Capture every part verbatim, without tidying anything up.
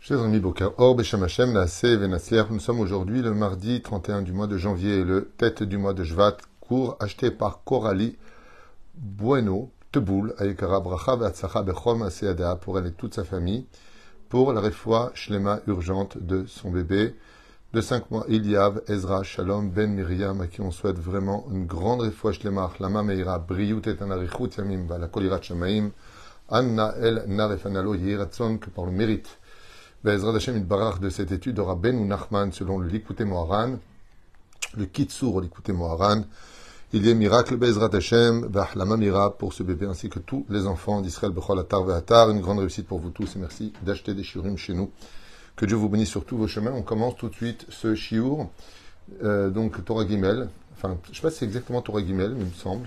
Chers amis, Boker Or, Beshem Hashem, Naaseh Venatzliach, nous sommes aujourd'hui le mardi trente et un du mois de janvier et le tête du mois de Shvat, cours acheté par Coralie Bueno, Teboul, Ayekara Bracha Ve'atzacha Bechol Maaseh Yadea, pour elle et toute sa famille, pour la refoua shlema urgente de son bébé de cinq mois, Iliav Ezra Shalom Ben Miriam, à qui on souhaite vraiment une grande refoua shlema, Achlama Meira, Briut et Anarichut Yamim, Vala Kolirat Shamaim, Anna El Narefanalo Yiratzon, que par le mérite Be'ezrat Hashem Itbarach de cette étude aura Ben ou Nachman selon le Likutei Moharan, le Kitsur au Likutei Moharan. Il y a miracle Be'ezrat Hashem, V'achlama Mira pour ce bébé ainsi que tous les enfants d'Israël Bechol Atar Ve'atar. Une grande réussite pour vous tous et merci d'acheter des shiurim chez nous. Que Dieu vous bénisse sur tous vos chemins. On commence tout de suite ce shiur, euh, donc Torah Gimel. Enfin, je ne sais pas si c'est exactement Torah Gimel, mais il me semble.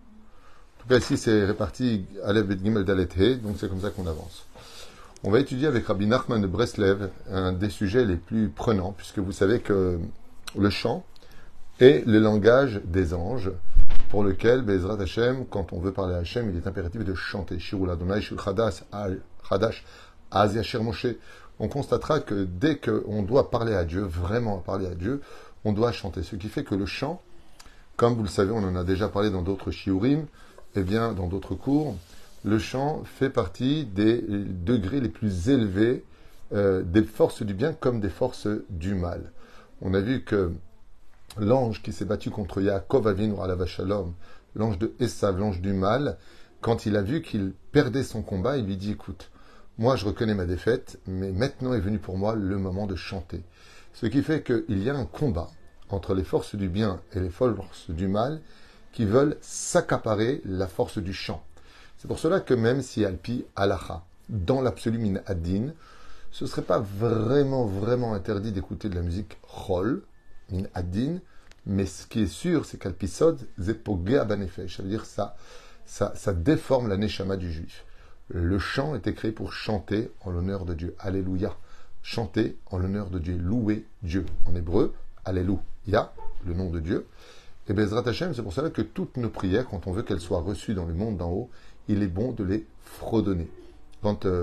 En tout cas, ici c'est réparti Aleph Bet Gimel Dalet He, donc c'est comme ça qu'on avance. On va étudier avec Rabbi Nachman de Breslev un des sujets les plus prenants, puisque vous savez que le chant est le langage des anges, pour lequel, Be'ezrat Hashem, quand on veut parler à Hashem, il est impératif de chanter. Shirul Adonai Shul Chadash, Chadash, Az Yasher Moshe. On constatera que dès qu'on doit parler à Dieu, vraiment parler à Dieu, on doit chanter. Ce qui fait que le chant, comme vous le savez, on en a déjà parlé dans d'autres shiurim, et bien dans d'autres cours, le chant fait partie des degrés les plus élevés euh, des forces du bien comme des forces du mal. On a vu que l'ange qui s'est battu contre Yaakov Avinu alav shalom, l'ange de Esav, l'ange du mal, quand il a vu qu'il perdait son combat, il lui dit, écoute, moi je reconnais ma défaite, mais maintenant est venu pour moi le moment de chanter. Ce qui fait qu'il y a un combat entre les forces du bien et les forces du mal qui veulent s'accaparer la force du chant. C'est pour cela que même si Alpi Halacha, dans l'absolu min adin, ce ne serait pas vraiment, vraiment interdit d'écouter de la musique chol, min adin, mais ce qui est sûr, c'est qu'Alpi Sod, zepogea banefesh, ça veut dire ça, ça, ça déforme la neshama du juif. Le chant était créé pour chanter en l'honneur de Dieu. Alléluia. Chanter en l'honneur de Dieu. Louer Dieu. En hébreu, Alléluia, le nom de Dieu. Et Be'ezrat Hashem, c'est pour cela que toutes nos prières, quand on veut qu'elles soient reçues dans le monde d'en haut, il est bon de les fredonner. Quand euh,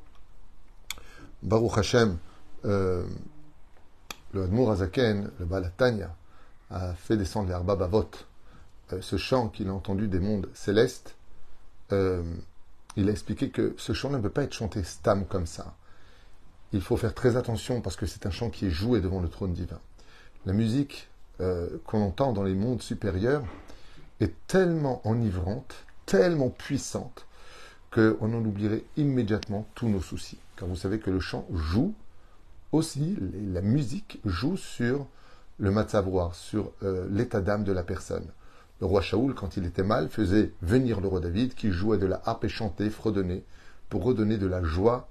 Baruch Hashem, euh, le Admour Azaken, le Baal HaTanya, a fait descendre les Arba Bavot, euh, ce chant qu'il a entendu des mondes célestes, euh, il a expliqué que ce chant ne peut pas être chanté stam comme ça. Il faut faire très attention parce que c'est un chant qui est joué devant le trône divin. La musique euh, qu'on entend dans les mondes supérieurs est tellement enivrante, tellement puissante, qu'on en oublierait immédiatement tous nos soucis. Car vous savez que le chant joue aussi, la musique joue sur le matzavroir, sur euh, l'état d'âme de la personne. Le roi Shaoul, quand il était mal, faisait venir le roi David, qui jouait de la harpe et chantait, fredonnait, pour redonner de la joie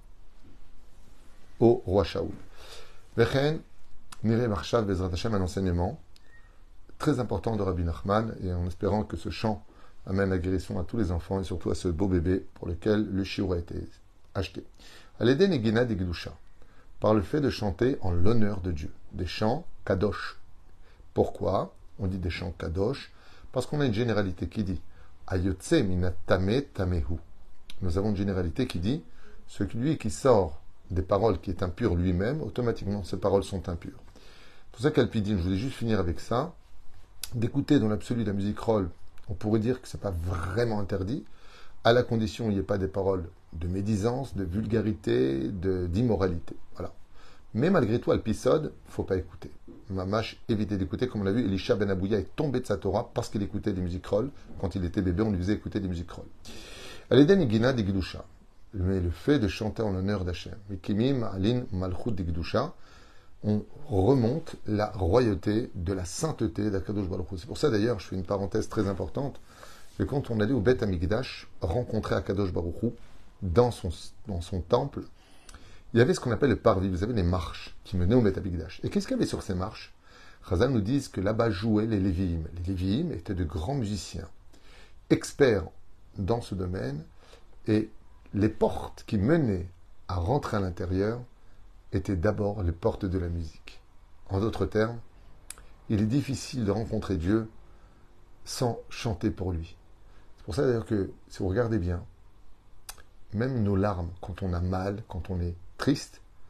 au roi Shaoul. Vechen, Nireh Marshav Bezrat Hashem, un enseignement très important de Rabbi Nachman, et en espérant que ce chant amène la guérison à tous les enfants et surtout à ce beau bébé pour lequel le shiur a été acheté. Al-Eden Negina de Gdusha, par le fait de chanter en l'honneur de Dieu, des chants kadosh. Pourquoi on dit des chants kadosh? Parce qu'on a une généralité qui dit Ayotse minatame tamehu. Nous avons une généralité qui dit celui qui sort des paroles qui est impur lui-même, automatiquement ces paroles sont impures. C'est pour ça qu'Alpidine, je voulais juste finir avec ça, d'écouter dans l'absolu la musique roll. On pourrait dire que ce n'est pas vraiment interdit, à la condition où il n'y ait pas des paroles de médisance, de vulgarité, de, d'immoralité. Voilà. Mais malgré tout, Alpisod, il ne faut pas écouter. Mamash, éviter d'écouter. Comme on l'a vu, Elisha ben Abouya est tombé de sa Torah parce qu'il écoutait des musiques roll. Quand il était bébé, on lui faisait écouter des musiques roll. Al-Eden Igina de Gdusha. Mais le fait de chanter en l'honneur d'Hachem. Mikimim Alin Malchut de Gdusha. On remonte la royauté de la sainteté d'Akadosh Baruch Hu. C'est pour ça d'ailleurs, je fais une parenthèse très importante, que quand on allait au Beth Amikdash, rencontrer Akadosh Baruch Hu dans son, dans son temple, il y avait ce qu'on appelle le parvis, vous avez les marches qui menaient au Beth Amikdash. Et qu'est-ce qu'il y avait sur ces marches? Chazal nous disent que là-bas jouaient les Lévi'im. Les Lévi'im étaient de grands musiciens, experts dans ce domaine, et les portes qui menaient à rentrer à l'intérieur étaient d'abord les portes de la musique. En d'autres termes, il est difficile de rencontrer Dieu sans chanter pour lui. C'est pour ça d'ailleurs que, si vous regardez bien, même nos larmes, quand on a mal, quand on est triste,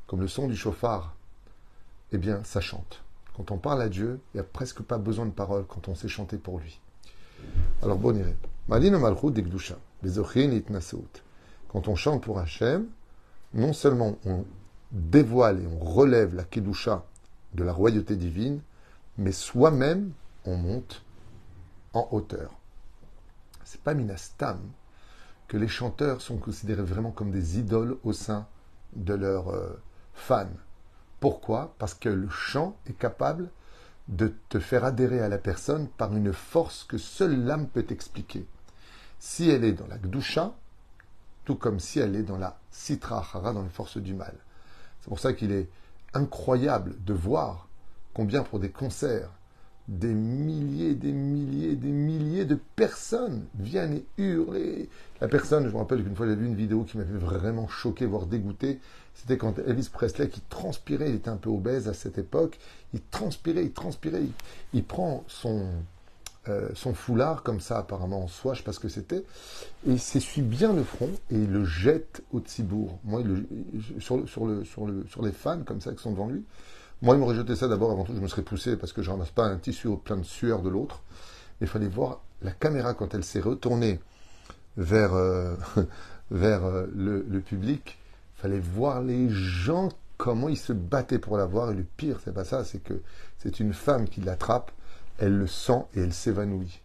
comme le son du chauffard, eh bien, ça chante. Quand on parle à Dieu, il n'y a presque pas besoin de paroles quand on sait chanter pour lui. Alors, bon, irait. Malin malchut degdusha, bezochin itnaseut. Quand on chante pour Hachem, non seulement on dévoile et on relève la kedusha de la royauté divine, mais soi-même, on monte en hauteur. C'est pas minastam que les chanteurs sont considérés vraiment comme des idoles au sein de leurs euh, fans. Pourquoi? Parce que le chant est capable de te faire adhérer à la personne par une force que seule l'âme peut expliquer. Si elle est dans la Gdusha, tout comme si elle est dans la Sitra Achara, dans les forces du mal. C'est pour ça qu'il est incroyable de voir combien pour des concerts, des milliers, des milliers, des milliers de personnes viennent et hurler. La personne, je me rappelle qu'une fois j'ai vu une vidéo qui m'avait vraiment choqué, voire dégoûté. C'était quand Elvis Presley, qui transpirait, il était un peu obèse à cette époque, il transpirait, il transpirait, il, il prend son, euh, son foulard comme ça, apparemment en soie, je ne sais pas ce que c'était, et il s'essuie bien le front et il le jette au Tzibour. Moi, il le, sur, le, sur, le, sur, le, sur les fans comme ça qui sont devant lui. Moi, il m'aurait jeté ça d'abord, avant tout, je me serais poussé parce que je ne ramasse pas un tissu plein de sueur de l'autre. Mais il fallait voir la caméra quand elle s'est retournée vers, euh, vers euh, le, le public. Il fallait voir les gens, comment ils se battaient pour la voir. Et le pire, c'est pas ça, c'est que c'est une femme qui l'attrape, elle le sent et elle s'évanouit.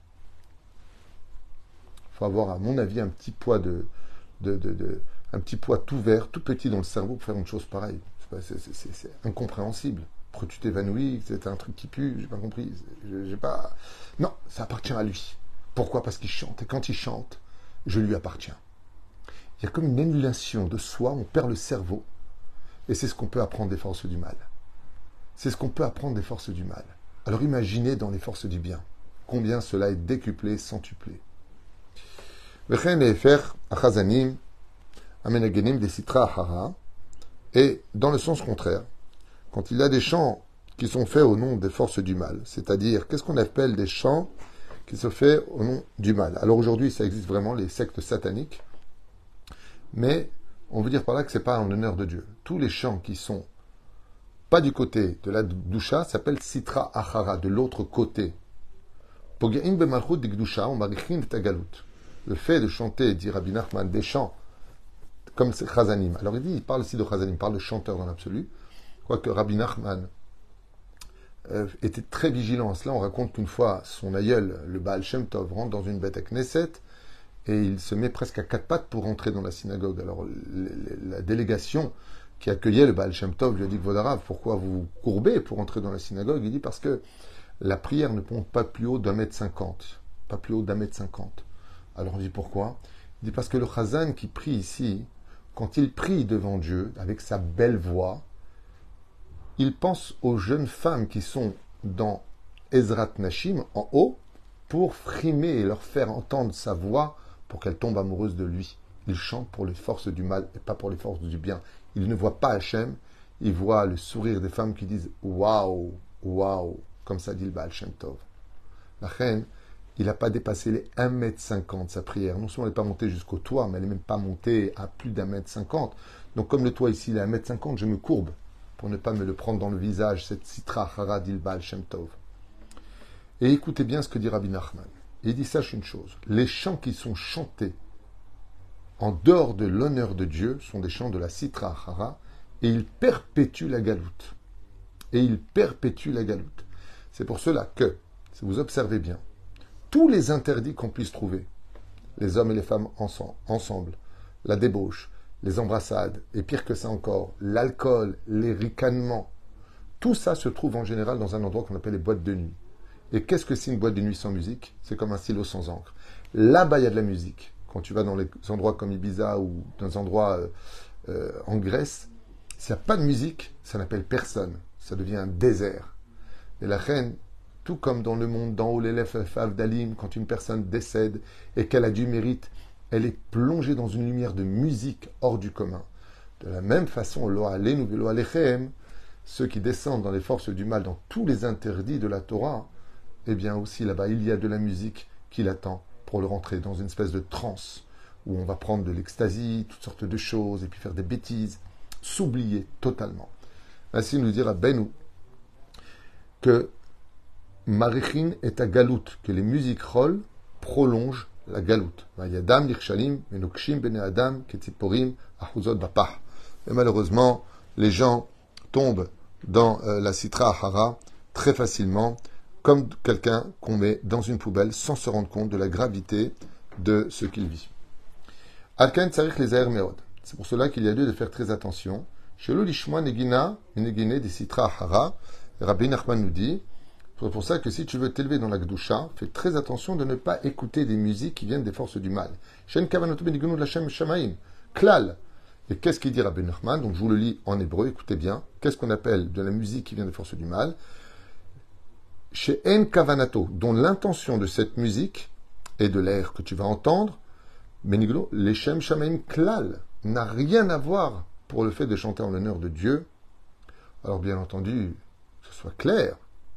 Il faut avoir, à mon avis, un petit poids de, de, de, de un petit poids tout vert, tout petit dans le cerveau pour faire une chose pareille. C'est, c'est, c'est, c'est incompréhensible. Pourquoi tu t'évanouis? C'est un truc qui pue, j'ai pas compris. J'ai, j'ai pas... Non, ça appartient à lui. Pourquoi? Parce qu'il chante. Et quand il chante, je lui appartiens. Il y a comme une annulation de soi, on perd le cerveau. Et c'est ce qu'on peut apprendre des forces du mal. C'est ce qu'on peut apprendre des forces du mal. Alors imaginez dans les forces du bien, combien cela est décuplé, centuplé. Et dans le sens contraire, quand il y a des chants qui sont faits au nom des forces du mal, c'est-à-dire, qu'est-ce qu'on appelle des chants qui sont faits au nom du mal? Alors aujourd'hui, ça existe vraiment, les sectes sataniques, mais on veut dire par là que ce n'est pas en honneur de Dieu. Tous les chants qui sont pas du côté de la Gdusha s'appellent Sitra Achara, de l'autre côté. Le fait de chanter, dit Rabbi Nachman, des chants comme c'est Chazanim. Alors il dit, il parle ici de Chazanim, il parle de chanteur dans l'absolu. Quoique Rabbi Nachman euh, était très vigilant à cela. On raconte qu'une fois, son aïeul, le Baal Shem Tov, rentre dans une bête à Knesset et il se met presque à quatre pattes pour rentrer dans la synagogue. Alors la délégation qui accueillait le Baal Shem Tov lui a dit, Vodarav, pourquoi vous vous courbez pour entrer dans la synagogue? Il dit, parce que la prière ne monte pas plus haut d'un mètre cinquante. Pas plus haut d'un mètre cinquante. Alors on dit, pourquoi? Il dit, parce que le Chazan qui prie ici, quand il prie devant Dieu, avec sa belle voix, il pense aux jeunes femmes qui sont dans Ezrat Nashim, en haut, pour frimer et leur faire entendre sa voix pour qu'elles tombent amoureuses de lui. Il chante pour les forces du mal et pas pour les forces du bien. Il ne voit pas Hachem, il voit le sourire des femmes qui disent « Waouh, waouh », comme ça dit le Baal Shem Tov. La reine, il n'a pas dépassé les un mètre cinquante, sa prière. Non seulement elle n'est pas montée jusqu'au toit, mais elle n'est même pas montée à plus d'un mètre cinquante. Donc comme le toit ici, il est à un mètre cinquante, je me courbe pour ne pas me le prendre dans le visage, cette Sitra Hara d'Il Baal Shem Tov. Et écoutez bien ce que dit Rabbi Nachman. Il dit, sache une chose, les chants qui sont chantés en dehors de l'honneur de Dieu sont des chants de la Sitra Hara et ils perpétuent la galoute. Et ils perpétuent la galoute. C'est pour cela que, si vous observez bien, tous les interdits qu'on puisse trouver, les hommes et les femmes ensemble, la débauche, les embrassades, et pire que ça encore, l'alcool, les ricanements, tout ça se trouve en général dans un endroit qu'on appelle les boîtes de nuit. Et qu'est-ce que c'est une boîte de nuit sans musique? C'est comme un stylo sans encre. Là-bas, il y a de la musique. Quand tu vas dans les endroits comme Ibiza ou dans des endroits euh, euh, en Grèce, s'il n'y a pas de musique, ça n'appelle personne. Ça devient un désert. Et la reine, tout comme dans le monde d'en haut, l'élève Fav d'Alim, quand une personne décède et qu'elle a du mérite, elle est plongée dans une lumière de musique hors du commun. De la même façon, l'O'alenu v'Lo'alechem, ceux qui descendent dans les forces du mal, dans tous les interdits de la Torah, eh bien aussi là-bas, il y a de la musique qui l'attend pour le rentrer dans une espèce de transe où on va prendre de l'ecstasy, toutes sortes de choses, et puis faire des bêtises. s'oublier totalement. Ainsi nous dira Benou que Marichin est à galoute, que les musiques roll prolongent la galoute. Vayadam lirshalim menukshim bene adam ketiporim ahuzot bapah. Et malheureusement, les gens tombent dans euh, la sitra hara très facilement, comme quelqu'un qu'on met dans une poubelle sans se rendre compte de la gravité de ce qu'il vit. Alken tsarich les meod. C'est pour cela qu'il y a lieu de faire très attention. Chez l'olishma negina, negine des sitra hara, Rabbi Nachman nous dit, c'est pour ça que si tu veux t'élever dans la Gdusha, fais très attention de ne pas écouter des musiques qui viennent des forces du mal. Shen kavanotu benigunu l'Hashem shamaim. Klal. Et qu'est-ce qu'il dit Rabbi Nachman? Donc je vous le lis en hébreu, écoutez bien. Qu'est-ce qu'on appelle de la musique qui vient des forces du mal? Chez En Kavanato, dont l'intention de cette musique et de l'air que tu vas entendre, benigunu l'Hashem shamaim klal, n'a rien à voir pour le fait de chanter en l'honneur de Dieu. Alors bien entendu, que ce soit clair.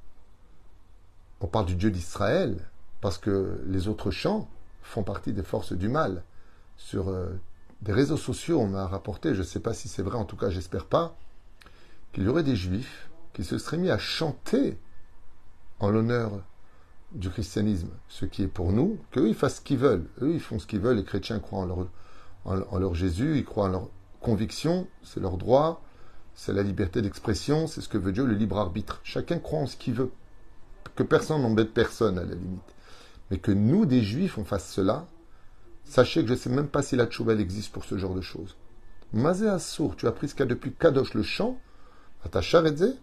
On parle du Dieu d'Israël, parce que les autres chants font partie des forces du mal. Sur euh, des réseaux sociaux, on m'a rapporté, je ne sais pas si c'est vrai, en tout cas j'espère pas, qu'il y aurait des juifs qui se seraient mis à chanter en l'honneur du christianisme, ce qui est pour nous, qu'eux ils fassent ce qu'ils veulent. Eux ils font ce qu'ils veulent, les chrétiens croient en leur, en, en leur Jésus, ils croient en leur conviction, c'est leur droit, c'est la liberté d'expression, c'est ce que veut Dieu, le libre arbitre. Chacun croit en ce qu'il veut. Que personne n'embête personne à la limite. Mais que nous, des juifs, on fasse cela, sachez que je ne sais même pas si la tchouva existe pour ce genre de choses. Mazé Assour, tu as pris ce qu'a depuis Kadosh le chant, à ta charedze,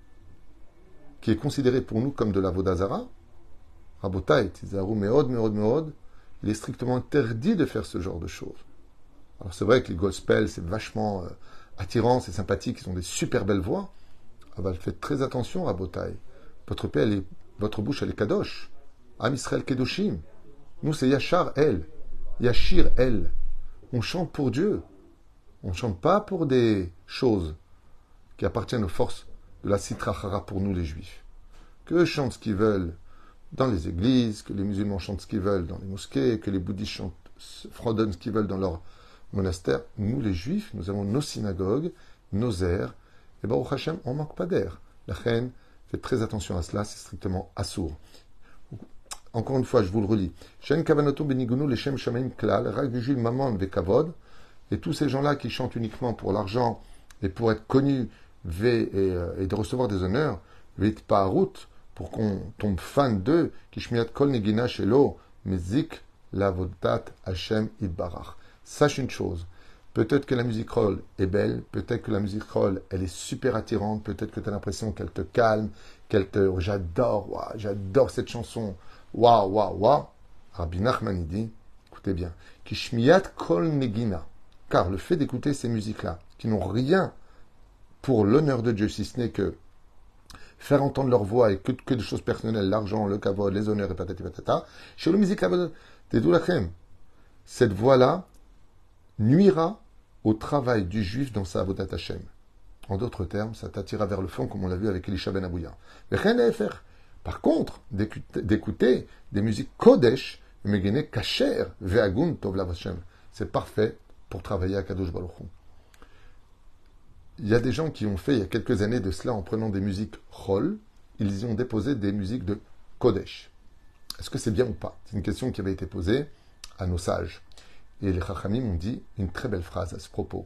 qui est considéré pour nous comme de la Vodazara, Rabotai, Tizaru, Meod, Meod, Meod, il est strictement interdit de faire ce genre de choses. Alors c'est vrai que les gospels, c'est vachement euh, attirant, c'est sympathique, ils ont des super belles voix. Ah bah, faites très attention, Rabotai. Votre paix, elle est, votre bouche, elle est kadosh. Am Israël kedoshim. Nous, c'est Yachar, elle. Yachir, elle. On chante pour Dieu. On ne chante pas pour des choses qui appartiennent aux forces de la Sitra Hara pour nous, les Juifs. Qu'eux chantent ce qu'ils veulent dans les églises, que les musulmans chantent ce qu'ils veulent dans les mosquées, que les bouddhistes chantent, fredonnent ce qu'ils veulent dans leurs monastères. Nous, les Juifs, nous avons nos synagogues, nos airs. Et Baruch Hashem, on ne manque pas d'air. La reine, faites très attention à cela, c'est strictement assourd. Encore une fois, je vous le relis. Shen kavanotu benigunu leshem shamaim klal, rak vijul mamon vekavod. Et tous ces gens-là qui chantent uniquement pour l'argent et pour être connus et, et de recevoir des honneurs, veit pa'arut, pour qu'on tombe fan d'eux, kishmiat kol negina shelo, mezik lavodat Hashem idbarach. Sache une chose. Peut-être que la musique roll est belle, peut-être que la musique roll, elle est super attirante, peut-être que tu as l'impression qu'elle te calme, qu'elle te... J'adore, wow, j'adore cette chanson. Waouh, waouh, waouh. Rabbi Nachman dit, écoutez bien, Kishmiyat kol negina, car le fait d'écouter ces musiques-là, qui n'ont rien pour l'honneur de Dieu, si ce n'est que faire entendre leur voix et que, que des choses personnelles, l'argent, le kavod, les honneurs et patati patata, chez le musique des doulachem, cette voix-là nuira au travail du juif dans sa avodat Hashem. En d'autres termes, ça t'attira vers le fond, comme on l'a vu avec Elisha ben Abouya. Mais rien à faire. Par contre, d'écouter des musiques kodesh, megene kasher, ve'agun tov lav Hashem, c'est parfait pour travailler à Kadosh Baruch Hu. Il y a des gens qui ont fait, il y a quelques années de cela, en prenant des musiques chol, ils y ont déposé des musiques de kodesh. Est-ce que c'est bien ou pas? C'est une question qui avait été posée à nos sages. Et les Chachamim ont dit une très belle phrase à ce propos.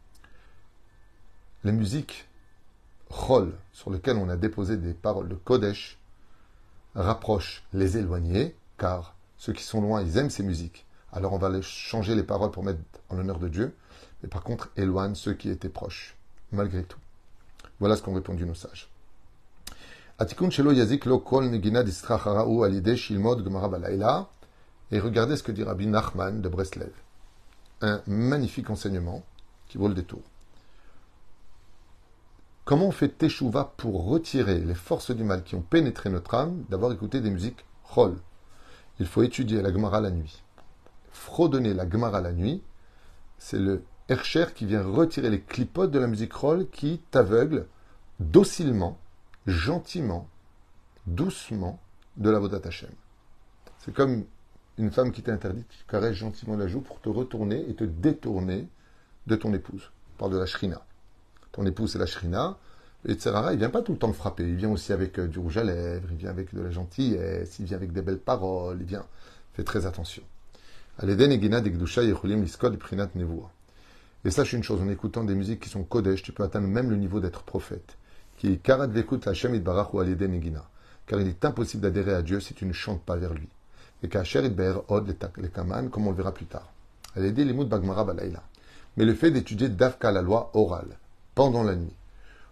Les musiques chol, sur lesquelles on a déposé des paroles de Kodesh, rapprochent les éloignés, car ceux qui sont loin, ils aiment ces musiques. Alors on va les changer les paroles pour mettre en l'honneur de Dieu, mais par contre éloigne ceux qui étaient proches, malgré tout. Voilà ce qu'ont répondu nos sages. Atikun shelo yazik lo kol negina distra hara'u alide shilmod gemara balayla. Et regardez ce que dit Rabbi Nachman de Breslev. Un magnifique enseignement qui vaut le détour. Comment on fait teshuva pour retirer les forces du mal qui ont pénétré notre âme d'avoir écouté des musiques chol? Il faut étudier la Gemara la nuit. Fredonner la Gemara la nuit, c'est le Hercher qui vient retirer les clipotes de la musique chol qui t'aveugle docilement, gentiment, doucement de la Vodat Hashem. C'est comme une femme qui t'interdit, tu caresses gentiment la joue pour te retourner et te détourner de ton épouse. On parle de la shrina. ton époux c'est la shrina, et Tserara, il vient pas tout le temps le frapper, il vient aussi avec euh, du rouge à lèvres, il vient avec de la gentillesse, il vient avec des belles paroles, il vient... Fais très attention. Aleden Egina Degdusha Yechulim Liskod Prinat Nevoa. Et sache une chose, en écoutant des musiques qui sont Kodesh, tu peux atteindre même le niveau d'être prophète. Qui est Karat Vekut Hashem Itbarach ou Aleden Egina. Car il est impossible d'adhérer à Dieu si tu ne chantes pas vers lui. Et Kacher Itber Od le Kaman, comme on le verra plus tard. Aledé Limud Bagmara Balaïla. Mais le fait d'étudier Davka la loi orale, pendant la nuit.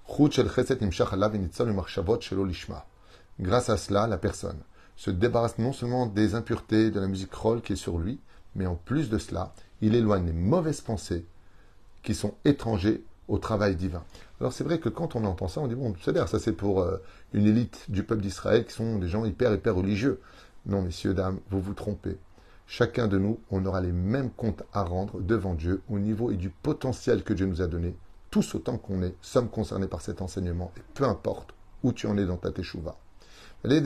Grâce à cela, la personne se débarrasse non seulement des impuretés de la musique roll qui est sur lui, mais en plus de cela, il éloigne les mauvaises pensées qui sont étrangers au travail divin. Alors c'est vrai que quand on entend ça, on dit, bon, c'est-à-dire, ça c'est pour euh, une élite du peuple d'Israël qui sont des gens hyper, hyper religieux. Non, messieurs, dames, vous vous trompez. Chacun de nous, on aura les mêmes comptes à rendre devant Dieu au niveau et du potentiel que Dieu nous a donné. Tous autant qu'on est, sommes concernés par cet enseignement, et peu importe où tu en es dans ta teshuva. Et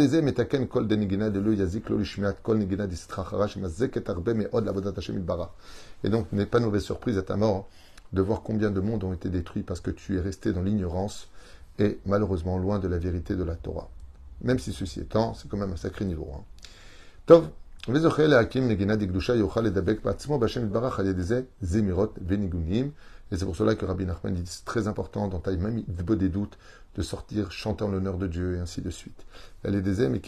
donc, n'est pas une mauvaise surprise à ta mort de voir combien de mondes ont été détruits parce que tu es resté dans l'ignorance et malheureusement loin de la vérité de la Torah. Même si ceci étant, c'est quand même un sacré niveau. Hein. Tov, et c'est pour cela que Rabbi Nachman dit c'est très important dans Taï même des doutes de sortir chantant l'honneur de Dieu et ainsi de suite. Et le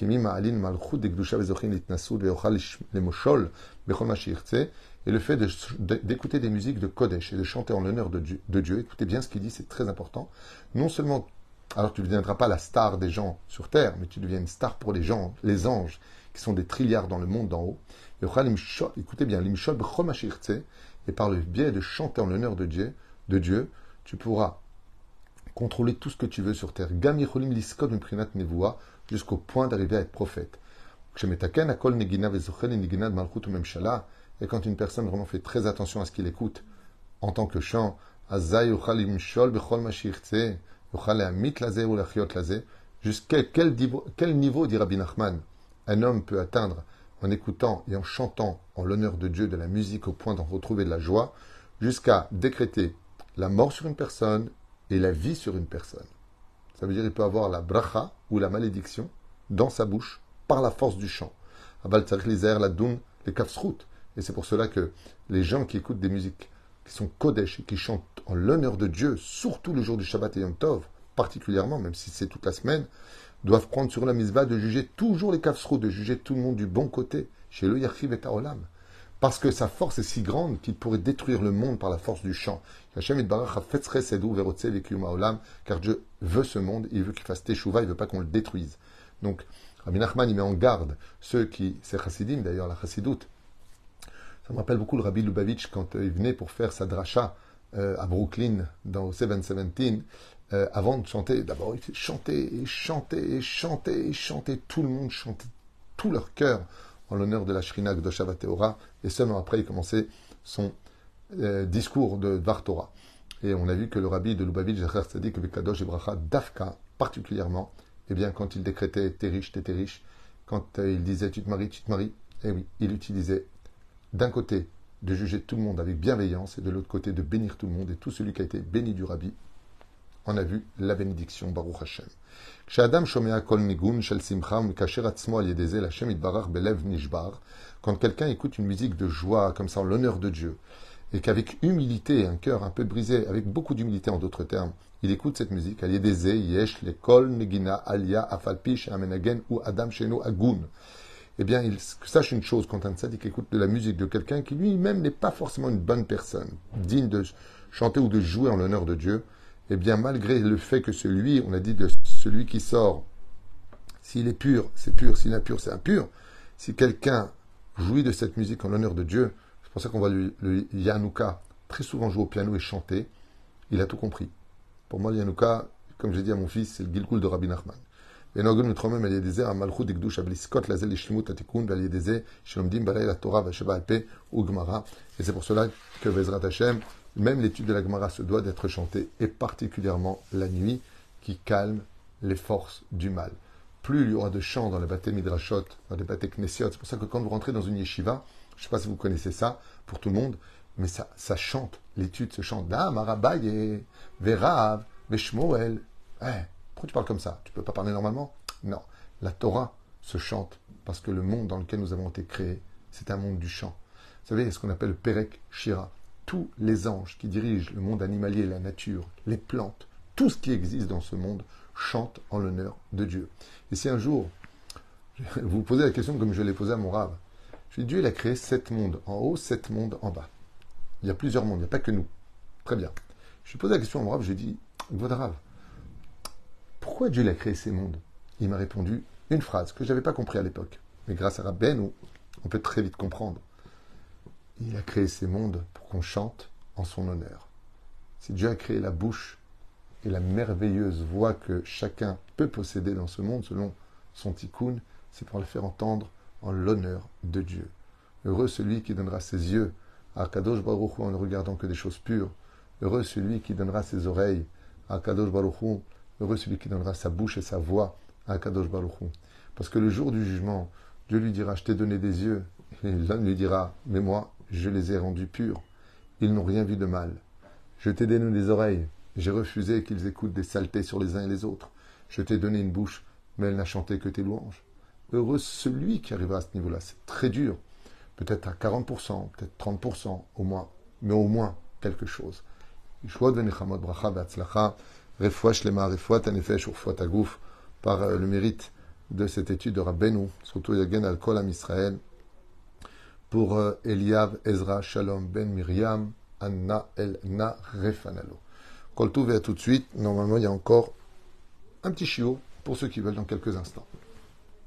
fait de, de, d'écouter des musiques de Kodesh et de chanter en l'honneur de Dieu, de Dieu, écoutez bien ce qu'il dit, c'est très important. Non seulement, alors tu ne deviendras pas la star des gens sur terre, mais tu deviens une star pour les gens, les anges, qui sont des trilliards dans le monde d'en haut. Écoutez bien, et par le biais de chanter en l'honneur de Dieu, de Dieu, tu pourras contrôler tout ce que tu veux sur terre. Jusqu'au point d'arriver à être prophète. Et quand une personne vraiment fait très attention à ce qu'il écoute en tant que chant, jusqu'à quel niveau, quel niveau, dit Rabbi Nachman, un homme peut atteindre en écoutant et en chantant en l'honneur de Dieu de la musique au point d'en retrouver de la joie, jusqu'à décréter la mort sur une personne et la vie sur une personne. Ça veut dire qu'il peut avoir la bracha ou la malédiction dans sa bouche par la force du chant. Et c'est pour cela que les gens qui écoutent des musiques qui sont kodesh et qui chantent en l'honneur de Dieu, surtout le jour du Shabbat et Yom Tov, particulièrement, même si c'est toute la semaine, doivent prendre sur la misva de juger toujours les kafsrou, de juger tout le monde du bon côté, chez le Yachiv et Taolam. Parce que sa force est si grande qu'il pourrait détruire le monde par la force du chant. Car Dieu veut ce monde, il veut qu'il fasse teshuva, il ne veut pas qu'on le détruise. Donc, Rabbi Nachman, il met en garde ceux qui, c'est chassidim d'ailleurs, la chassidoute. Ça me rappelle beaucoup le Rabbi Lubavitch quand euh, il venait pour faire sa dracha euh, à Brooklyn, dans sept cent dix-sept. Euh, avant de chanter, d'abord il fait chanter et chanter et chanter et chanter, tout le monde chantait tout leur cœur en l'honneur de la Shrina Gdosha Vateora, et seulement après il commençait son euh, discours de Dvar Torah. Et on a vu que le rabbi de Lubavitch, Zecher Tzadik Vekadosh et Bracha, Dafka particulièrement, eh bien quand il décrétait t'es riche, t'es riche, quand euh, il disait tu te maries, tu te maries, eh oui, il utilisait d'un côté de juger tout le monde avec bienveillance et de l'autre côté de bénir tout le monde, et tout celui qui a été béni du rabbi, on a vu la bénédiction, Baruch Hashem. Quand quelqu'un écoute une musique de joie, comme ça, en l'honneur de Dieu, et qu'avec humilité, un cœur un peu brisé, avec beaucoup d'humilité en d'autres termes, il écoute cette musique, Yesh, Lekol, Negina, Alia, Afalpish, Amenagen, ou Adam, Sheno, Agun. Eh bien, il sache une chose, quand un tzaddik écoute de la musique de quelqu'un qui lui-même n'est pas forcément une bonne personne, digne de chanter ou de jouer en l'honneur de Dieu, eh bien, malgré le fait que celui, on a dit de celui qui sort, s'il est pur, c'est pur, s'il est impur, c'est impur. Si quelqu'un jouit de cette musique en l'honneur de Dieu, c'est pour ça qu'on voit le, le Yanouka très souvent jouer au piano et chanter, il a tout compris. Pour moi, le Yanouka, comme j'ai dit à mon fils, c'est le Gilgul de Rabbi Nachman. Et c'est pour cela que Bezrat Hashem, même l'étude de la Gemara se doit d'être chantée, et particulièrement la nuit, qui calme les forces du mal. Plus il y aura de chants dans les bâtés midrashot, dans les bâtés knessiot, c'est pour ça que quand vous rentrez dans une yeshiva, je ne sais pas si vous connaissez ça, pour tout le monde, mais ça, ça chante. L'étude se chante. Dam, Arabaye, Verav, Veshmoel. Eh, pourquoi tu parles comme ça? Tu peux pas parler normalement? Non. La Torah se chante parce que le monde dans lequel nous avons été créés, c'est un monde du chant. Vous savez, ce qu'on appelle le Perek Shira. Tous les anges qui dirigent le monde animalier, la nature, les plantes, tout ce qui existe dans ce monde chante en l'honneur de Dieu. Et si un jour, vous vous posez la question comme je l'ai posée à mon rave, je dis Dieu il a créé sept mondes en haut, sept mondes en bas. Il y a plusieurs mondes, il n'y a pas que nous. Très bien. Je lui ai posé la question à mon rave, je lui ai dit, votre rave, pourquoi Dieu il a créé ces mondes? Il m'a répondu une phrase que je n'avais pas compris à l'époque. Mais grâce à Rabbeinu, on peut très vite comprendre. Il a créé ces mondes pour qu'on chante en son honneur. Si Dieu a créé la bouche et la merveilleuse voix que chacun peut posséder dans ce monde selon son tikkun, c'est pour le faire entendre en l'honneur de Dieu. Heureux celui qui donnera ses yeux à Kadosh Baruch Hu en ne regardant que des choses pures. Heureux celui qui donnera ses oreilles à Kadosh Baruch Hu. Heureux celui qui donnera sa bouche et sa voix à Kadosh Baruch Hu. Parce que le jour du jugement, Dieu lui dira, je t'ai donné des yeux. Et l'homme lui dira, mais moi, je les ai rendus purs. Ils n'ont rien vu de mal. Je t'ai donné des oreilles. J'ai refusé qu'ils écoutent des saletés sur les uns et les autres. Je t'ai donné une bouche, mais elle n'a chanté que tes louanges. Heureux celui qui arrivera à ce niveau-là. C'est très dur. Peut-être à quarante pour cent, peut-être trente pour cent, au moins. Mais au moins, quelque chose. Par le mérite de cette étude de Rabbeinu, surtout Yagen al Kol Am Israël, pour Eliav Ezra Shalom Ben Miriam, Anna El Na Refanalo. Kol Touv et à tout de suite. Normalement, il y a encore un petit chiot pour ceux qui veulent dans quelques instants.